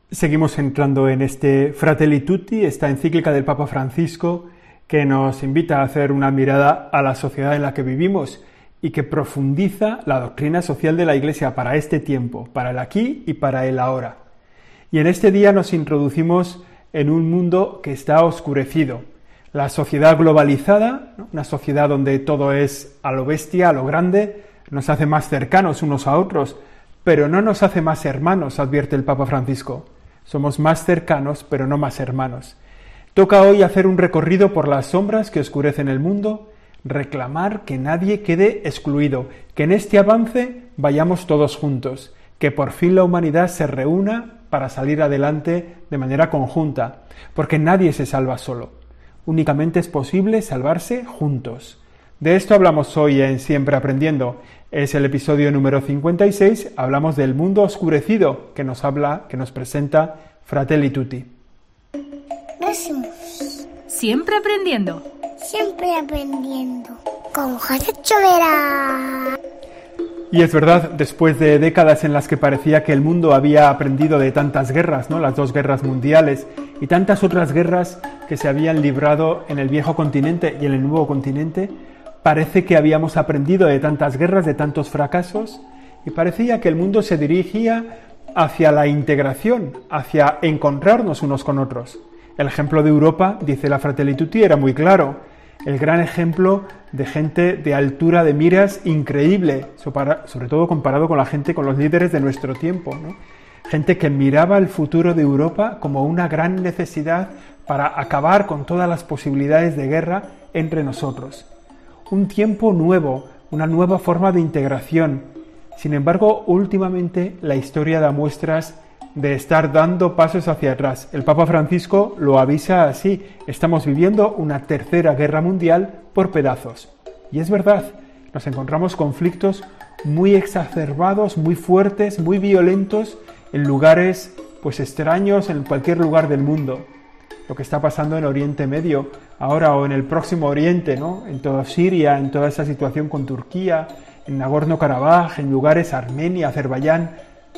Seguimos entrando en este Fratelli Tutti, esta encíclica del Papa Francisco, que nos invita a hacer una mirada a la sociedad en la que vivimos y que profundiza la doctrina social de la Iglesia para este tiempo, para el aquí y para el ahora. Y en este día nos introducimos en un mundo que está oscurecido. La sociedad globalizada, ¿no? Una sociedad donde todo es a lo bestia, a lo grande, nos hace más cercanos unos a otros, pero no nos hace más hermanos, advierte el Papa Francisco. Somos más cercanos, pero no más hermanos. Toca hoy hacer un recorrido por las sombras que oscurecen el mundo, reclamar que nadie quede excluido, que en este avance vayamos todos juntos, que por fin la humanidad se reúna para salir adelante de manera conjunta, porque nadie se salva solo. Únicamente es posible salvarse juntos. De esto hablamos hoy en Siempre Aprendiendo. Es el episodio número 56, hablamos del mundo oscurecido que nos presenta Fratelli Tutti. Siempre aprendiendo. Siempre aprendiendo. Con José Chovera. Y es verdad, después de décadas en las que parecía que el mundo había aprendido de tantas guerras, ¿no? Las dos guerras mundiales y tantas otras guerras que se habían librado en el viejo continente y en el nuevo continente, parece que habíamos aprendido de tantas guerras, de tantos fracasos, y parecía que el mundo se dirigía hacia la integración, hacia encontrarnos unos con otros. El ejemplo de Europa, dice la Fratelli Tutti, era muy claro. El gran ejemplo de gente de altura de miras increíble, sobre todo comparado con la gente, con los líderes de nuestro tiempo, ¿no? Gente que miraba el futuro de Europa como una gran necesidad para acabar con todas las posibilidades de guerra entre nosotros. Un tiempo nuevo, una nueva forma de integración. Sin embargo, últimamente la historia da muestras de estar dando pasos hacia atrás. El Papa Francisco lo avisa así: estamos viviendo una tercera guerra mundial por pedazos. Y es verdad, nos encontramos conflictos muy exacerbados, muy fuertes, muy violentos en lugares pues extraños en cualquier lugar del mundo. Lo que está pasando en Oriente Medio ahora o en el Próximo Oriente, ¿no? En toda Siria, en toda esa situación con Turquía, en Nagorno-Karabaj, en lugares Armenia, Azerbaiyán.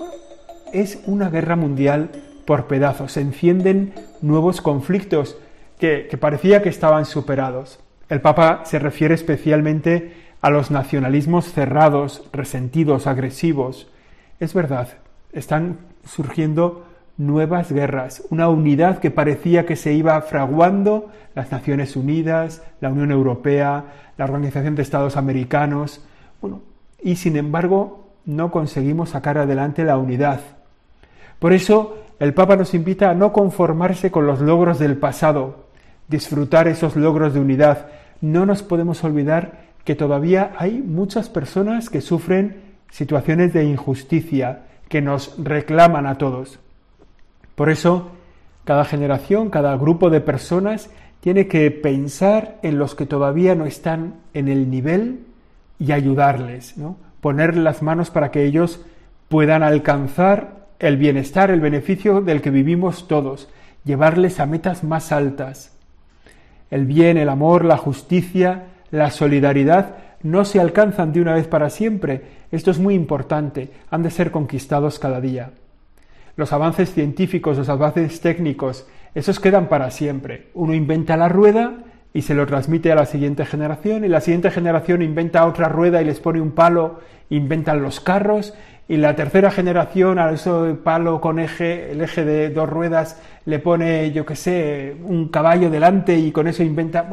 Es una guerra mundial por pedazos. Se encienden nuevos conflictos que parecía que estaban superados. El Papa se refiere especialmente a los nacionalismos cerrados, resentidos, agresivos. Es verdad, están surgiendo nuevas guerras, una unidad que parecía que se iba fraguando, las Naciones Unidas, la Unión Europea, la Organización de Estados Americanos, y sin embargo no conseguimos sacar adelante la unidad. Por eso el Papa nos invita a no conformarse con los logros del pasado, disfrutar esos logros de unidad. No nos podemos olvidar que todavía hay muchas personas que sufren situaciones de injusticia, que nos reclaman a todos. Por eso, cada generación, cada grupo de personas tiene que pensar en los que todavía no están en el nivel y ayudarles, ¿no? Poner las manos para que ellos puedan alcanzar el bienestar, el beneficio del que vivimos todos, llevarles a metas más altas. El bien, el amor, la justicia, la solidaridad no se alcanzan de una vez para siempre. Esto es muy importante, han de ser conquistados cada día. Los avances científicos, los avances técnicos, esos quedan para siempre. Uno inventa la rueda y se lo transmite a la siguiente generación, y la siguiente generación inventa otra rueda y les pone un palo, inventan los carros, y la tercera generación a ese palo con eje, el eje de dos ruedas, le pone, un caballo delante y con eso inventa...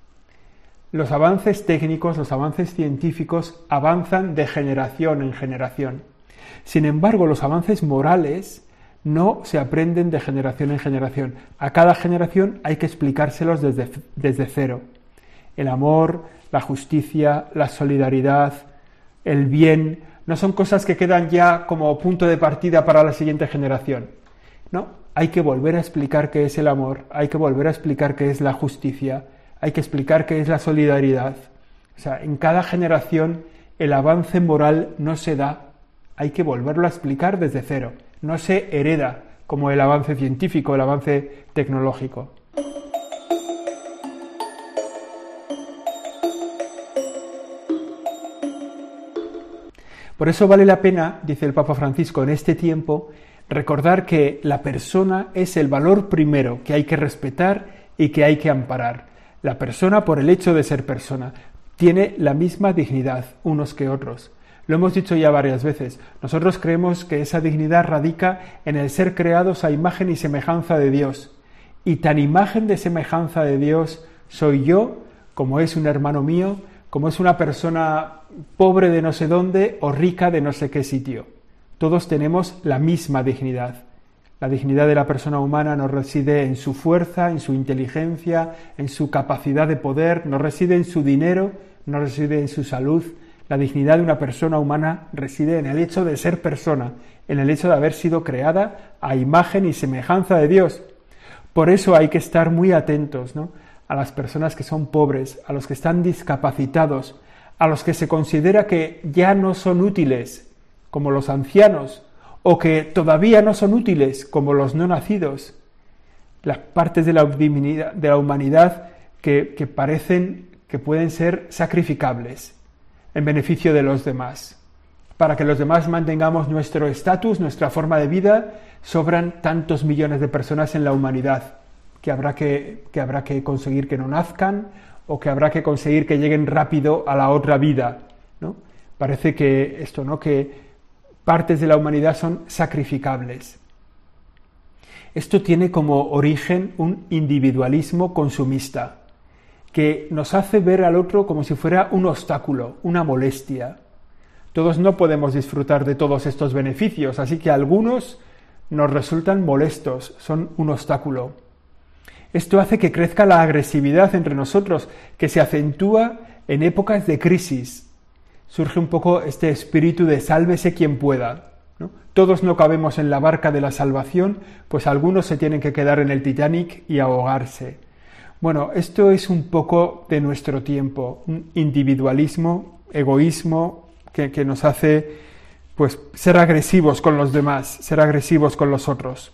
Los avances técnicos, los avances científicos avanzan de generación en generación. Sin embargo, los avances morales no se aprenden de generación en generación. A cada generación hay que explicárselos desde cero. El amor, la justicia, la solidaridad, el bien, no son cosas que quedan ya como punto de partida para la siguiente generación. No, hay que volver a explicar qué es el amor, hay que volver a explicar qué es la justicia, hay que explicar qué es la solidaridad. O sea, en cada generación el avance moral no se da, hay que volverlo a explicar desde cero. No se hereda como el avance científico, el avance tecnológico. Por eso vale la pena, dice el Papa Francisco, en este tiempo, recordar que la persona es el valor primero que hay que respetar y que hay que amparar. La persona, por el hecho de ser persona, tiene la misma dignidad unos que otros. Lo hemos dicho ya varias veces. Nosotros creemos que esa dignidad radica en el ser creados a imagen y semejanza de Dios. Y tan imagen de semejanza de Dios soy yo, como es un hermano mío, como es una persona pobre de no sé dónde o rica de no sé qué sitio. Todos tenemos la misma dignidad. La dignidad de la persona humana no reside en su fuerza, en su inteligencia, en su capacidad de poder, no reside en su dinero, no reside en su salud. La dignidad de una persona humana reside en el hecho de ser persona, en el hecho de haber sido creada a imagen y semejanza de Dios. Por eso hay que estar muy atentos, ¿no?, a las personas que son pobres, a los que están discapacitados, a los que se considera que ya no son útiles, como los ancianos, o que todavía no son útiles, como los no nacidos. Las partes de la humanidad que parecen que pueden ser sacrificables en beneficio de los demás. Para que los demás mantengamos nuestro estatus, nuestra forma de vida, sobran tantos millones de personas en la humanidad que habrá que conseguir que no nazcan o que habrá que conseguir que lleguen rápido a la otra vida, ¿no? Parece que esto, ¿no?, que partes de la humanidad son sacrificables. Esto tiene como origen un individualismo consumista que nos hace ver al otro como si fuera un obstáculo, una molestia. Todos no podemos disfrutar de todos estos beneficios, así que algunos nos resultan molestos, son un obstáculo. Esto hace que crezca la agresividad entre nosotros, que se acentúa en épocas de crisis. Surge un poco este espíritu de sálvese quien pueda, ¿no? Todos no cabemos en la barca de la salvación, pues algunos se tienen que quedar en el Titanic y ahogarse. Bueno, esto es un poco de nuestro tiempo, un individualismo, egoísmo, que nos hace pues ser agresivos con los demás, ser agresivos con los otros.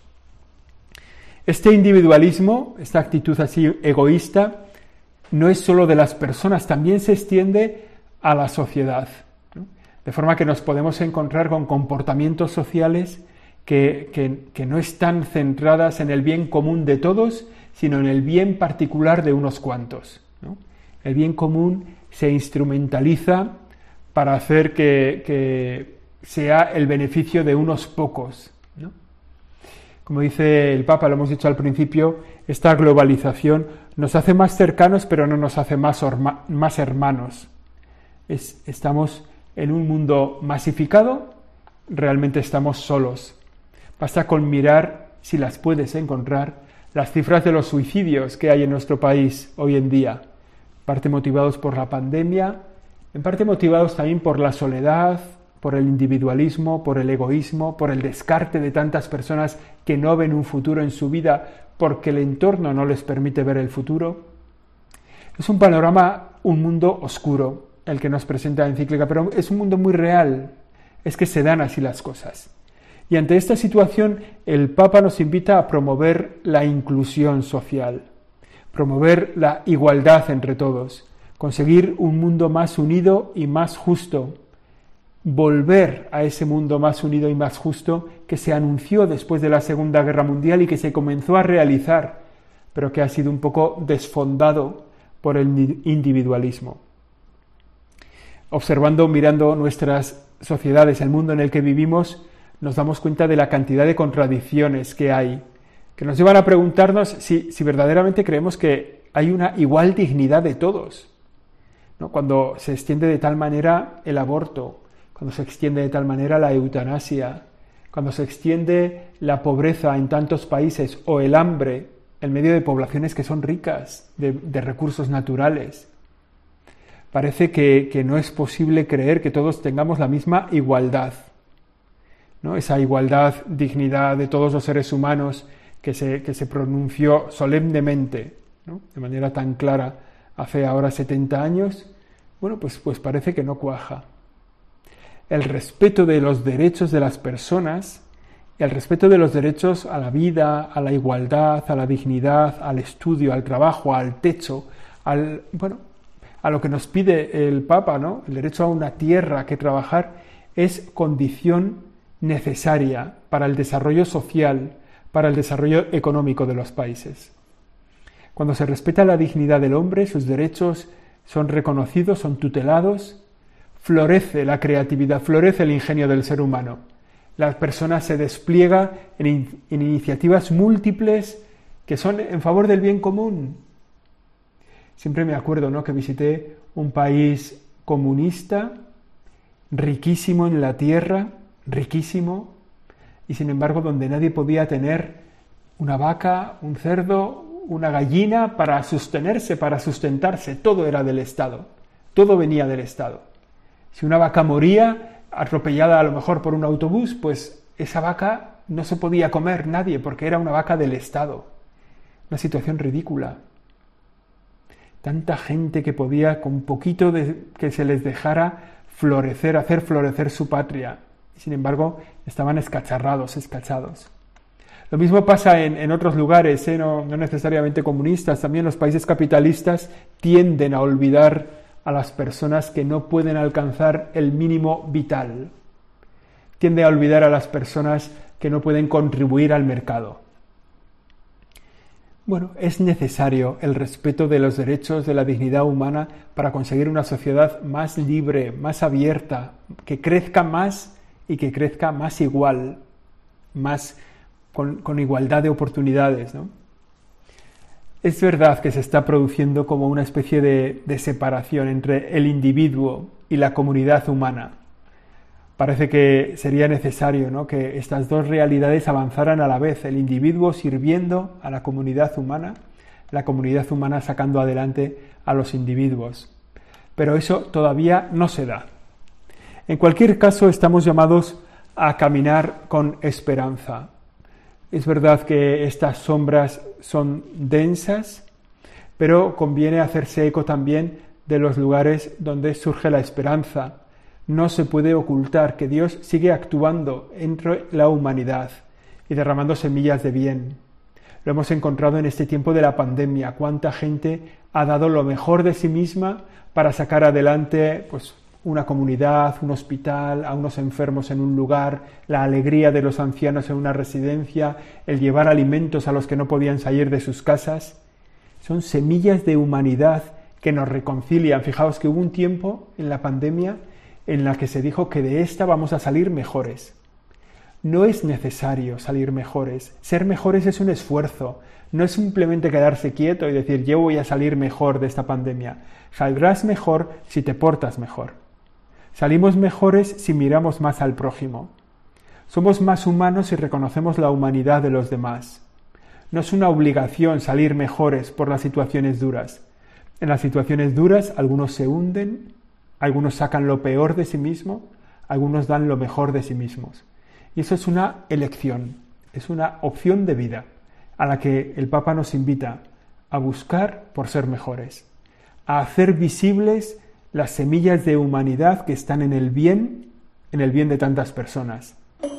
Este individualismo, esta actitud así egoísta, no es solo de las personas, también se extiende a la sociedad, ¿no? De forma que nos podemos encontrar con comportamientos sociales que no están centradas en el bien común de todos, sino en el bien particular de unos cuantos, ¿no? El bien común se instrumentaliza para hacer que sea el beneficio de unos pocos, ¿no? Como dice el Papa, lo hemos dicho al principio, esta globalización nos hace más cercanos, pero no nos hace más hermanos. Estamos en un mundo masificado, realmente estamos solos. Basta con mirar, si las puedes encontrar, las cifras de los suicidios que hay en nuestro país hoy en día, en parte motivados por la pandemia, en parte motivados también por la soledad, por el individualismo, por el egoísmo, por el descarte de tantas personas que no ven un futuro en su vida porque el entorno no les permite ver el futuro. Es un panorama, un mundo oscuro, el que nos presenta la encíclica, pero es un mundo muy real, es que se dan así las cosas. Y ante esta situación, el Papa nos invita a promover la inclusión social, promover la igualdad entre todos, conseguir un mundo más unido y más justo, volver a ese mundo más unido y más justo que se anunció después de la Segunda Guerra Mundial y que se comenzó a realizar, pero que ha sido un poco desfondado por el individualismo. Observando, mirando nuestras sociedades, el mundo en el que vivimos, nos damos cuenta de la cantidad de contradicciones que hay, que nos llevan a preguntarnos si verdaderamente creemos que hay una igual dignidad de todos, ¿no? Cuando se extiende de tal manera el aborto, cuando se extiende de tal manera la eutanasia, cuando se extiende la pobreza en tantos países o el hambre en medio de poblaciones que son ricas de recursos naturales. Parece que no es posible creer que todos tengamos la misma igualdad, ¿no? Esa igualdad, dignidad de todos los seres humanos que se pronunció solemnemente, ¿no?, de manera tan clara hace ahora 70 años, bueno, pues parece que no cuaja. El respeto de los derechos de las personas, el respeto de los derechos a la vida, a la igualdad, a la dignidad, al estudio, al trabajo, al techo, a lo que nos pide el Papa, ¿no?, el derecho a una tierra que trabajar, es condición necesaria para el desarrollo social, para el desarrollo económico de los países. Cuando se respeta la dignidad del hombre, sus derechos son reconocidos, son tutelados, florece la creatividad, florece el ingenio del ser humano. La persona se despliega en iniciativas múltiples que son en favor del bien común. Siempre me acuerdo, ¿no?, que visité un país comunista, riquísimo en la tierra, riquísimo, y sin embargo donde nadie podía tener una vaca, un cerdo, una gallina para sostenerse, para sustentarse. Todo era del Estado, todo venía del Estado. Si una vaca moría, atropellada a lo mejor por un autobús, pues esa vaca no se podía comer nadie porque era una vaca del Estado. Una situación ridícula. Tanta gente que podía, con poquito de que se les dejara florecer, hacer florecer su patria. Y sin embargo, estaban escacharrados, escachados. Lo mismo pasa en otros lugares, no necesariamente comunistas. También los países capitalistas tienden a olvidar a las personas que no pueden alcanzar el mínimo vital. Tiende a olvidar a las personas que no pueden contribuir al mercado. Bueno, es necesario el respeto de los derechos de la dignidad humana para conseguir una sociedad más libre, más abierta, que crezca más y que crezca más igual, más con igualdad de oportunidades, ¿no? Es verdad que se está produciendo como una especie de separación entre el individuo y la comunidad humana. Parece que sería necesario, ¿no?, que estas dos realidades avanzaran a la vez, el individuo sirviendo a la comunidad humana sacando adelante a los individuos. Pero eso todavía no se da. En cualquier caso, estamos llamados a caminar con esperanza. Es verdad que estas sombras son densas, pero conviene hacerse eco también de los lugares donde surge la esperanza. No se puede ocultar que Dios sigue actuando entre la humanidad y derramando semillas de bien. Lo hemos encontrado en este tiempo de la pandemia. Cuánta gente ha dado lo mejor de sí misma para sacar adelante, pues, una comunidad, un hospital, a unos enfermos en un lugar, la alegría de los ancianos en una residencia, el llevar alimentos a los que no podían salir de sus casas. Son semillas de humanidad que nos reconcilian. Fijaos que hubo un tiempo en la pandemia en la que se dijo que de esta vamos a salir mejores. No es necesario salir mejores. Ser mejores es un esfuerzo. No es simplemente quedarse quieto y decir yo voy a salir mejor de esta pandemia. Saldrás mejor si te portas mejor. Salimos mejores si miramos más al prójimo. Somos más humanos si reconocemos la humanidad de los demás. No es una obligación salir mejores por las situaciones duras. En las situaciones duras algunos se hunden, algunos sacan lo peor de sí mismos, algunos dan lo mejor de sí mismos. Y eso es una elección, es una opción de vida a la que el Papa nos invita a buscar por ser mejores, a hacer visibles las semillas de humanidad que están en el bien de tantas personas.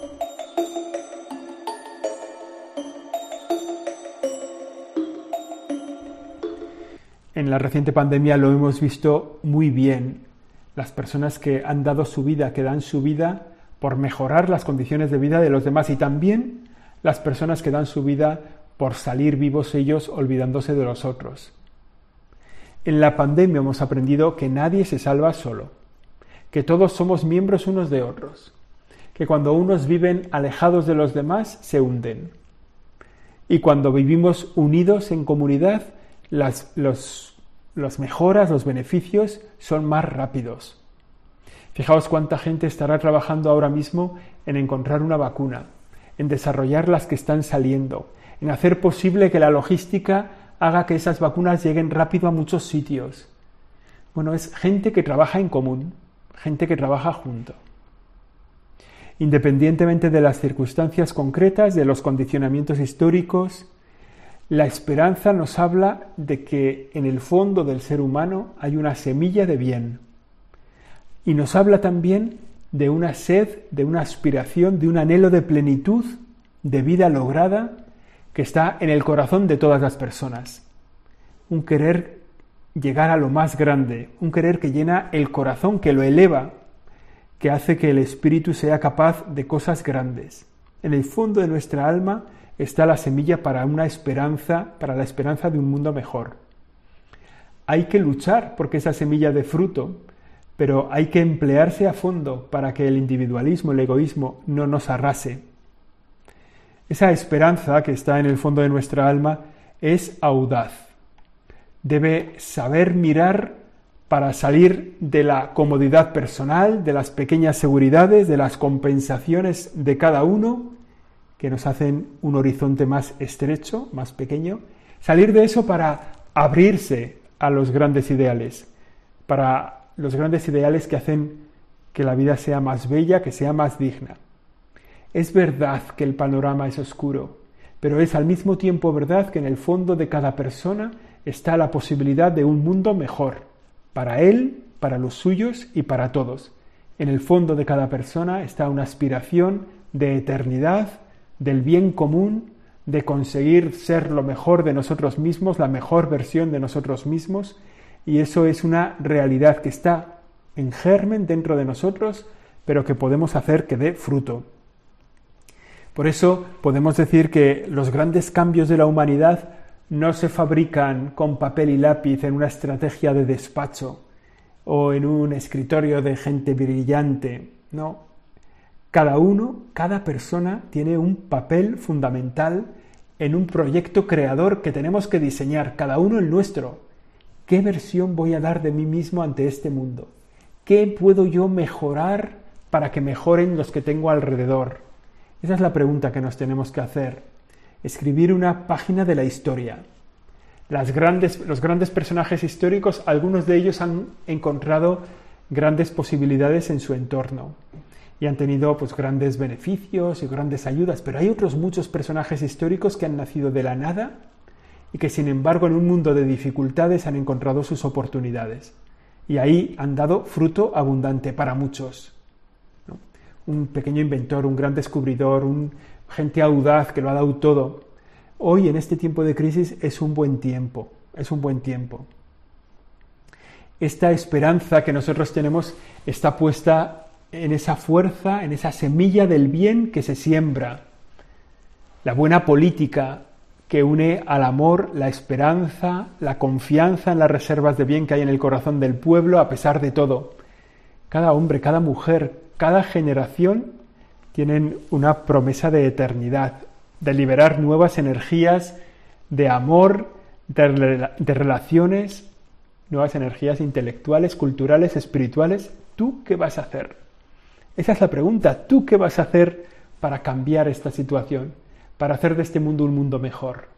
En la reciente pandemia lo hemos visto muy bien. Las personas que han dado su vida, que dan su vida por mejorar las condiciones de vida de los demás, y también las personas que dan su vida por salir vivos ellos olvidándose de los otros. En la pandemia hemos aprendido que nadie se salva solo, que todos somos miembros unos de otros, que cuando unos viven alejados de los demás se hunden. Y cuando vivimos unidos en comunidad, las mejoras, los beneficios son más rápidos. Fijaos cuánta gente estará trabajando ahora mismo en encontrar una vacuna, en desarrollar las que están saliendo, en hacer posible que la logística haga que esas vacunas lleguen rápido a muchos sitios. Bueno, es gente que trabaja en común, gente que trabaja junto. Independientemente de las circunstancias concretas, de los condicionamientos históricos, la esperanza nos habla de que en el fondo del ser humano hay una semilla de bien. Y nos habla también de una sed, de una aspiración, de un anhelo de plenitud, de vida lograda, que está en el corazón de todas las personas. Un querer llegar a lo más grande, un querer que llena el corazón, que lo eleva, que hace que el espíritu sea capaz de cosas grandes. En el fondo de nuestra alma está la semilla para una esperanza, para la esperanza de un mundo mejor. Hay que luchar porque esa semilla dé fruto, pero hay que emplearse a fondo para que el individualismo, el egoísmo, no nos arrase. Esa esperanza que está en el fondo de nuestra alma es audaz. Debe saber mirar para salir de la comodidad personal, de las pequeñas seguridades, de las compensaciones de cada uno, que nos hacen un horizonte más estrecho, más pequeño, salir de eso para abrirse a los grandes ideales, para los grandes ideales que hacen que la vida sea más bella, que sea más digna. Es verdad que el panorama es oscuro, pero es al mismo tiempo verdad que en el fondo de cada persona está la posibilidad de un mundo mejor, para él, para los suyos y para todos. En el fondo de cada persona está una aspiración de eternidad, del bien común, de conseguir ser lo mejor de nosotros mismos, la mejor versión de nosotros mismos, y eso es una realidad que está en germen dentro de nosotros, pero que podemos hacer que dé fruto. Por eso podemos decir que los grandes cambios de la humanidad no se fabrican con papel y lápiz en una estrategia de despacho o en un escritorio de gente brillante, no. Cada uno, cada persona tiene un papel fundamental en un proyecto creador que tenemos que diseñar, cada uno el nuestro. ¿Qué versión voy a dar de mí mismo ante este mundo? ¿Qué puedo yo mejorar para que mejoren los que tengo alrededor? Esa es la pregunta que nos tenemos que hacer. Escribir una página de la historia. Los grandes personajes históricos, algunos de ellos han encontrado grandes posibilidades en su entorno y han tenido grandes beneficios y grandes ayudas, pero hay otros muchos personajes históricos que han nacido de la nada y que sin embargo en un mundo de dificultades han encontrado sus oportunidades y ahí han dado fruto abundante para muchos, ¿no? Un pequeño inventor, un gran descubridor, gente audaz que lo ha dado todo. Hoy en este tiempo de crisis es un buen tiempo, Esta esperanza que nosotros tenemos está puesta en esa fuerza, en esa semilla del bien que se siembra. La buena política que une al amor, la esperanza, la confianza en las reservas de bien que hay en el corazón del pueblo a pesar de todo. Cada hombre, cada mujer, cada generación tienen una promesa de eternidad, de liberar nuevas energías de amor, de relaciones, nuevas energías intelectuales, culturales, espirituales. ¿Tú qué vas a hacer? Esa es la pregunta. ¿Tú qué vas a hacer para cambiar esta situación? Para hacer de este mundo un mundo mejor.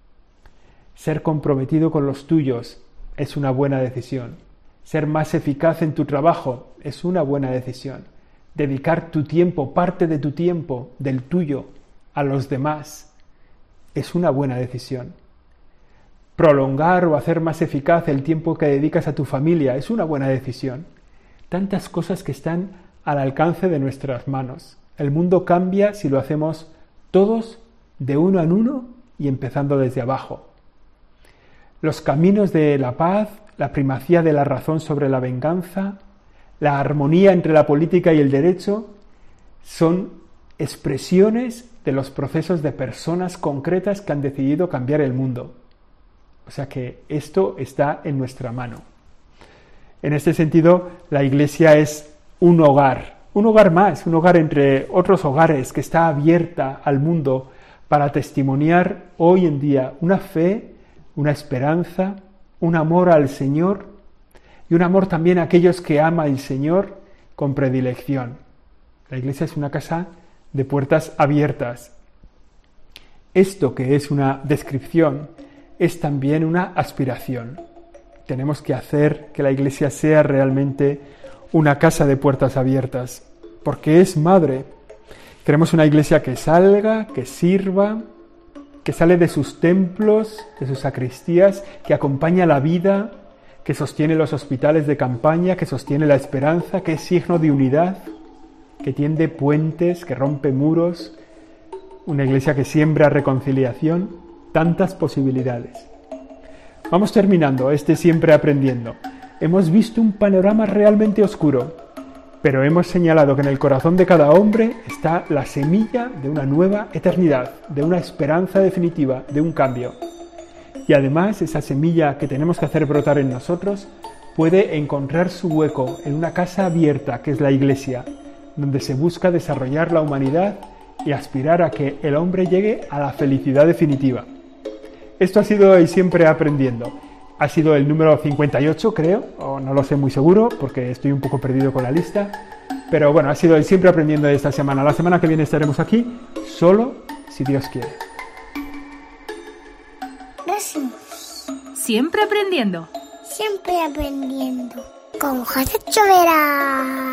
Ser comprometido con los tuyos es una buena decisión. Ser más eficaz en tu trabajo es una buena decisión. Dedicar tu tiempo, parte de tu tiempo, del tuyo, a los demás, es una buena decisión. Prolongar o hacer más eficaz el tiempo que dedicas a tu familia es una buena decisión. Tantas cosas que están al alcance de nuestras manos. El mundo cambia si lo hacemos todos de uno en uno y empezando desde abajo. Los caminos de la paz, la primacía de la razón sobre la venganza, la armonía entre la política y el derecho son expresiones de los procesos de personas concretas que han decidido cambiar el mundo. O sea que esto está en nuestra mano. En este sentido, la Iglesia es un hogar más, un hogar entre otros hogares que está abierta al mundo para testimoniar hoy en día una fe, una esperanza, un amor al Señor y un amor también a aquellos que ama el Señor con predilección. La Iglesia es una casa de puertas abiertas. Esto que es una descripción es también una aspiración. Tenemos que hacer que la Iglesia sea realmente una casa de puertas abiertas, porque es madre. Queremos una Iglesia que salga, que sirva, que sale de sus templos, de sus sacristías, que acompaña la vida, que sostiene los hospitales de campaña, que sostiene la esperanza, que es signo de unidad, que tiende puentes, que rompe muros, una Iglesia que siembra reconciliación, tantas posibilidades. Vamos terminando, siempre aprendiendo. Hemos visto un panorama realmente oscuro, pero hemos señalado que en el corazón de cada hombre está la semilla de una nueva eternidad, de una esperanza definitiva, de un cambio. Y además esa semilla que tenemos que hacer brotar en nosotros puede encontrar su hueco en una casa abierta que es la Iglesia, donde se busca desarrollar la humanidad y aspirar a que el hombre llegue a la felicidad definitiva. Esto ha sido el Siempre Aprendiendo. Ha sido el número 58, creo, o no lo sé muy seguro, porque estoy un poco perdido con la lista. Pero bueno, ha sido el Siempre Aprendiendo de esta semana. La semana que viene estaremos aquí, solo si Dios quiere. Gracias. Siempre aprendiendo. Siempre aprendiendo. Con José Chovera.